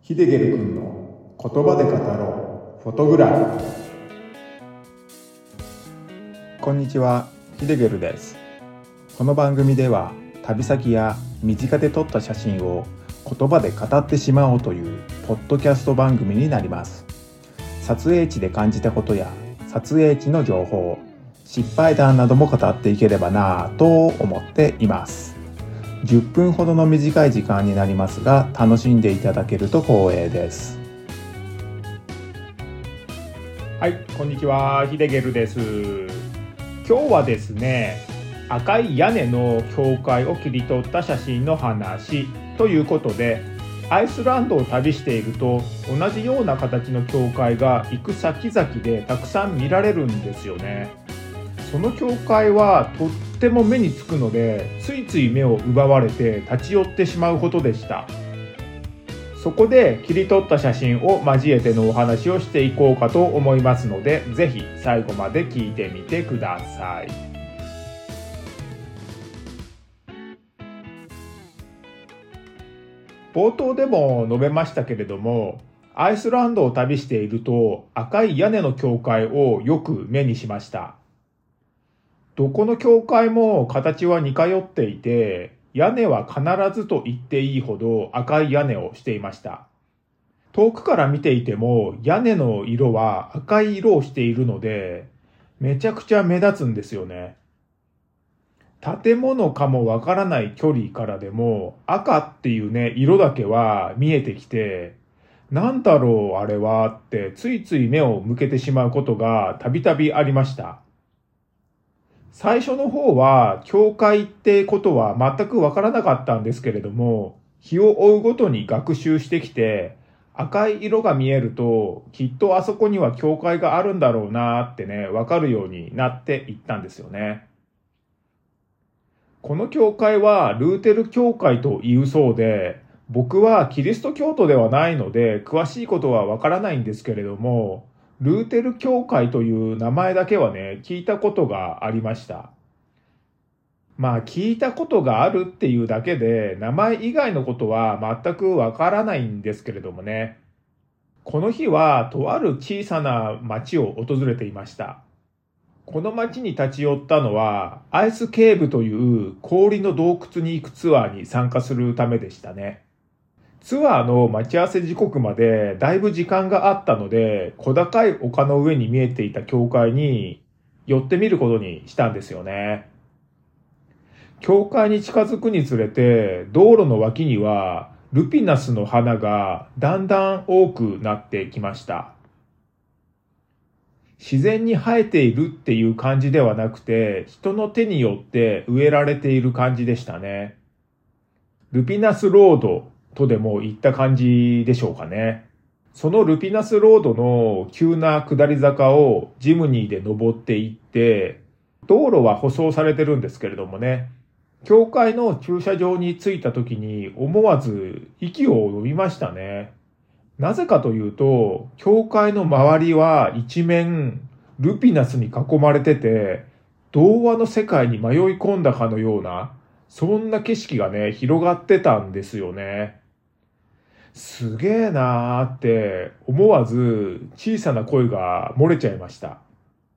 ヒデゲル君の言葉で語ろうフォトグラフィー。こんにちは、ヒデゲルです。この番組では旅先や身近で撮った写真を言葉で語ってしまおうというポッドキャスト番組になります。撮影地で感じたことや撮影地の情報、失敗談なども語っていければなぁと思っています。10分ほどの短い時間になりますが、楽しんでいただけると光栄です。はい、こんにちは、ヒデゲルです。今日はですね、赤い屋根の教会を切り取った写真の話ということで、アイスランドを旅していると同じような形の教会が行く先々でたくさん見られるんですよね。その教会はとっても目につくので、ついつい目を奪われて立ち寄ってしまうほどでした。そこで切り取った写真を交えてのお話をしていこうかと思いますので、ぜひ最後まで聞いてみてください。冒頭でも述べましたけれども、アイスランドを旅していると赤い屋根の教会をよく目にしました。どこの教会も形は似通っていて、屋根は必ずと言っていいほど赤い屋根をしていました。遠くから見ていても屋根の色は赤い色をしているので、めちゃくちゃ目立つんですよね。建物かもわからない距離からでも赤っていうね、色だけは見えてきて、なんだろうあれはってついつい目を向けてしまうことがたびたびありました。最初の方は教会ってことは全くわからなかったんですけれども、日を追うごとに学習してきて、赤い色が見えるときっとあそこには教会があるんだろうなってね、わかるようになっていったんですよね。この教会はルーテル教会というそうで、僕はキリスト教徒ではないので詳しいことはわからないんですけれども、ルーテル教会という名前だけはね、聞いたことがありました。聞いたことがあるっていうだけで、名前以外のことは全くわからないんですけれどもね。この日はとある小さな町を訪れていました。この町に立ち寄ったのは、アイスケーブという氷の洞窟に行くツアーに参加するためでしたね。ツアーの待ち合わせ時刻までだいぶ時間があったので、小高い丘の上に見えていた教会に寄ってみることにしたんですよね。教会に近づくにつれて、道路の脇にはルピナスの花がだんだん多くなってきました。自然に生えているっていう感じではなくて、人の手によって植えられている感じでしたね。ルピナスロードとでも言った感じでしょうかね。そのルピナスロードの急な下り坂をジムニーで登っていって、道路は舗装されてるんですけれどもね、教会の駐車場に着いた時に思わず息を飲みましたね。なぜかというと、教会の周りは一面ルピナスに囲まれてて、童話の世界に迷い込んだかのような、そんな景色がね、広がってたんですよね。すげえなーって思わず小さな声が漏れちゃいました。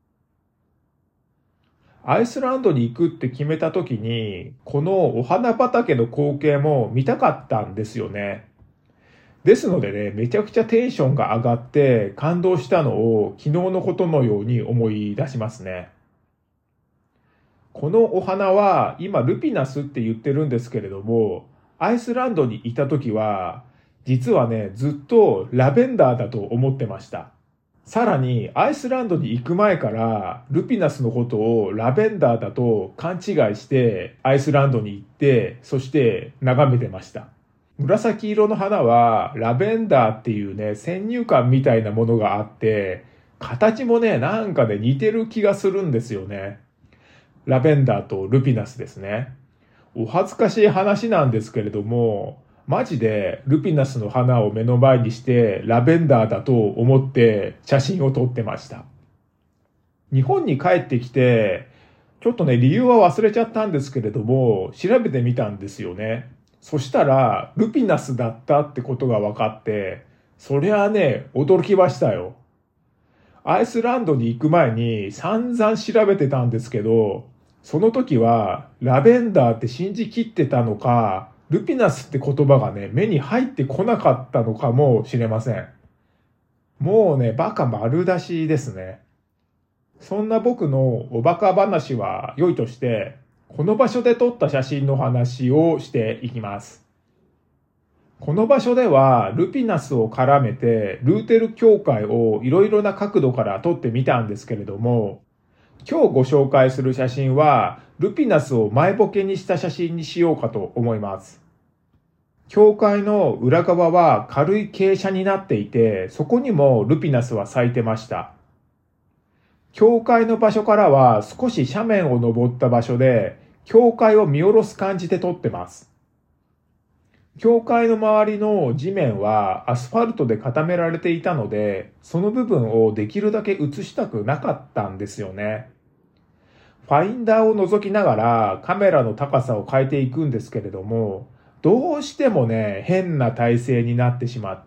アイスランドに行くって決めた時に、このお花畑の光景も見たかったんですよね。ですのでね、めちゃくちゃテンションが上がって感動したのを昨日のことのように思い出しますね。このお花は今ルピナスって言ってるんですけれども、アイスランドにいた時は実はね、ずっとラベンダーだと思ってました。さらにアイスランドに行く前からルピナスのことをラベンダーだと勘違いしてアイスランドに行って、そして眺めてました。紫色の花はラベンダーっていうね、先入観みたいなものがあって、形もね、なんかね、似てる気がするんですよね。ラベンダーとルピナスですね。お恥ずかしい話なんですけれども、マジでルピナスの花を目の前にしてラベンダーだと思って写真を撮ってました。日本に帰ってきて、ちょっとね、理由は忘れちゃったんですけれども、調べてみたんですよね。 そしたらルピナスだったってことが分かって、そりゃあね、驚きましたよ。アイスランドに行く前に散々調べてたんですけど、その時はラベンダーって信じきってたのか、ルピナスって言葉がね、目に入ってこなかったのかもしれません。もうね、バカ丸出しですね。そんな僕のおバカ話は良いとして、この場所で撮った写真の話をしていきます。この場所ではルピナスを絡めてルーテル教会をいろいろな角度から撮ってみたんですけれども、今日ご紹介する写真はルピナスを前ボケにした写真にしようかと思います。教会の裏側は軽い傾斜になっていて、そこにもルピナスは咲いてました。教会の場所からは少し斜面を登った場所で、教会を見下ろす感じで撮ってます。教会の周りの地面はアスファルトで固められていたので、その部分をできるだけ映したくなかったんですよね。ファインダーを覗きながらカメラの高さを変えていくんですけれども、どうしてもね、変な体勢になってしまって、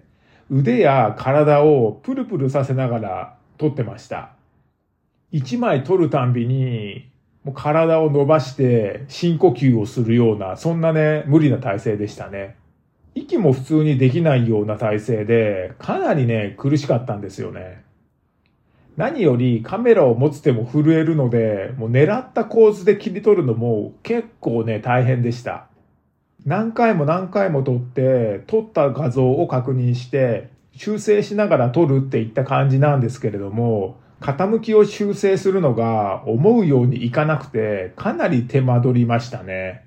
腕や体をプルプルさせながら撮ってました。一枚撮るたんびに、もう体を伸ばして深呼吸をするような、そんなね、無理な体勢でしたね。息も普通にできないような体勢で、かなりね、苦しかったんですよね。何よりカメラを持つ手も震えるので、もう狙った構図で切り取るのも結構ね、大変でした。何回も何回も撮って、撮った画像を確認して、修正しながら撮るっていった感じなんですけれども、傾きを修正するのが思うようにいかなくて、かなり手間取りましたね。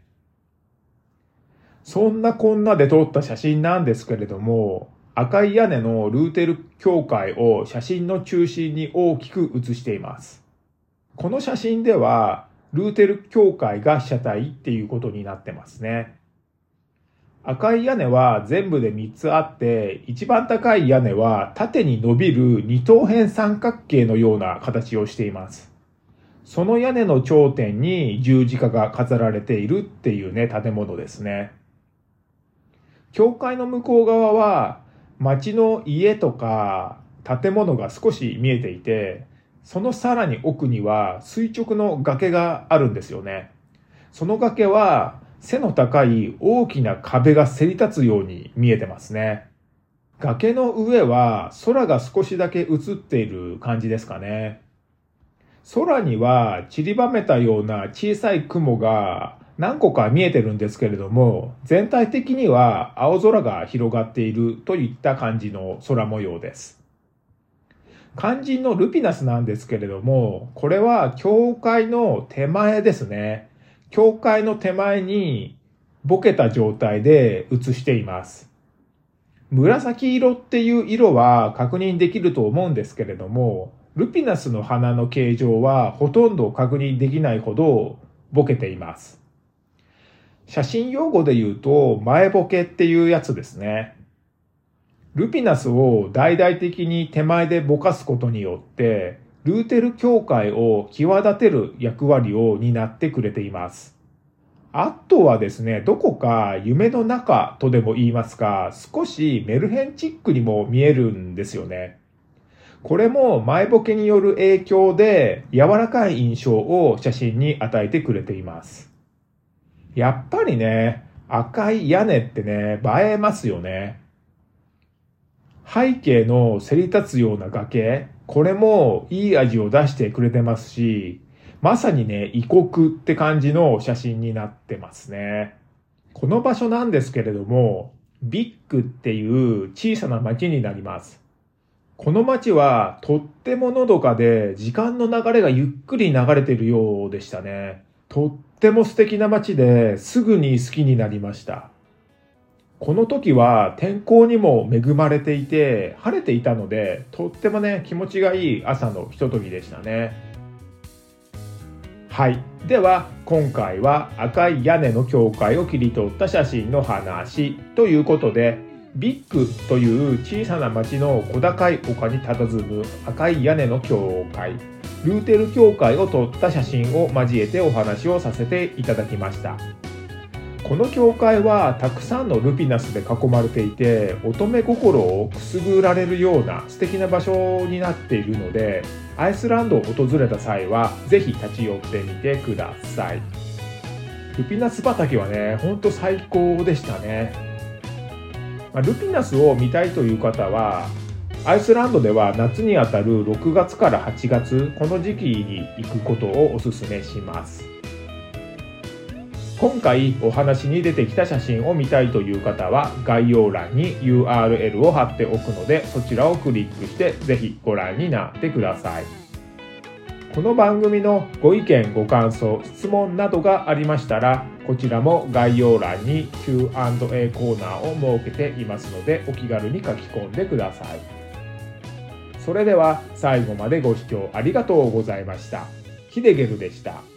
そんなこんなで撮った写真なんですけれども、赤い屋根のルーテル教会を写真の中心に大きく写しています。この写真では、ルーテル教会が被写体っていうことになってますね。赤い屋根は全部で3つあって、一番高い屋根は縦に伸びる二等辺三角形のような形をしています。その屋根の頂点に十字架が飾られているっていうね、建物ですね。教会の向こう側は町の家とか建物が少し見えていて、そのさらに奥には垂直の崖があるんですよね。その崖は背の高い大きな壁がせり立つように見えてますね。崖の上は空が少しだけ映っている感じですかね。空には散りばめたような小さい雲が何個か見えてるんですけれども、全体的には青空が広がっているといった感じの空模様です。肝心のルピナスなんですけれども、これは教会の手前ですね。教会の手前にボケた状態で写しています。紫色っていう色は確認できると思うんですけれども、ルピナスの花の形状はほとんど確認できないほどボケています。写真用語で言うと前ボケっていうやつですね。ルピナスを大々的に手前でぼかすことによって、ルーテル教会を際立てる役割を担ってくれています。あとはですね、どこか夢の中とでも言いますか、少しメルヘンチックにも見えるんですよね。これも前ボケによる影響で柔らかい印象を写真に与えてくれています。やっぱりね、赤い屋根ってね、映えますよね。背景のせり立つような崖、これもいい味を出してくれてますし、まさにね、異国って感じの写真になってますね。この場所なんですけれども、ビッグっていう小さな町になります。この町はとってものどかで時間の流れがゆっくり流れているようでしたね。とっても素敵な町ですぐに好きになりました。この時は天候にも恵まれていて晴れていたので、とってもね、気持ちがいい朝のひとときでしたね。はい。では今回は赤い屋根の教会を切り取った写真の話ということで、ビッグという小さな町の小高い丘に佇む赤い屋根の教会、ルーテル教会を撮った写真を交えてお話をさせていただきました。 この教会はたくさんのルピナスで囲まれていて、乙女心をくすぐられるような素敵な場所になっているので、アイスランドを訪れた際はぜひ立ち寄ってみてください。ルピナス畑はね、ほんと最高でしたね。ルピナスを見たいという方は、アイスランドでは夏にあたる6月から8月、この時期に行くことをお勧めします。今回お話に出てきた写真を見たいという方は、概要欄に URL を貼っておくので、そちらをクリックしてぜひご覧になってください。この番組のご意見ご感想質問などがありましたら、こちらも概要欄に Q&A コーナーを設けていますので、お気軽に書き込んでください。それでは最後までご視聴ありがとうございました。ヒデゲルでした。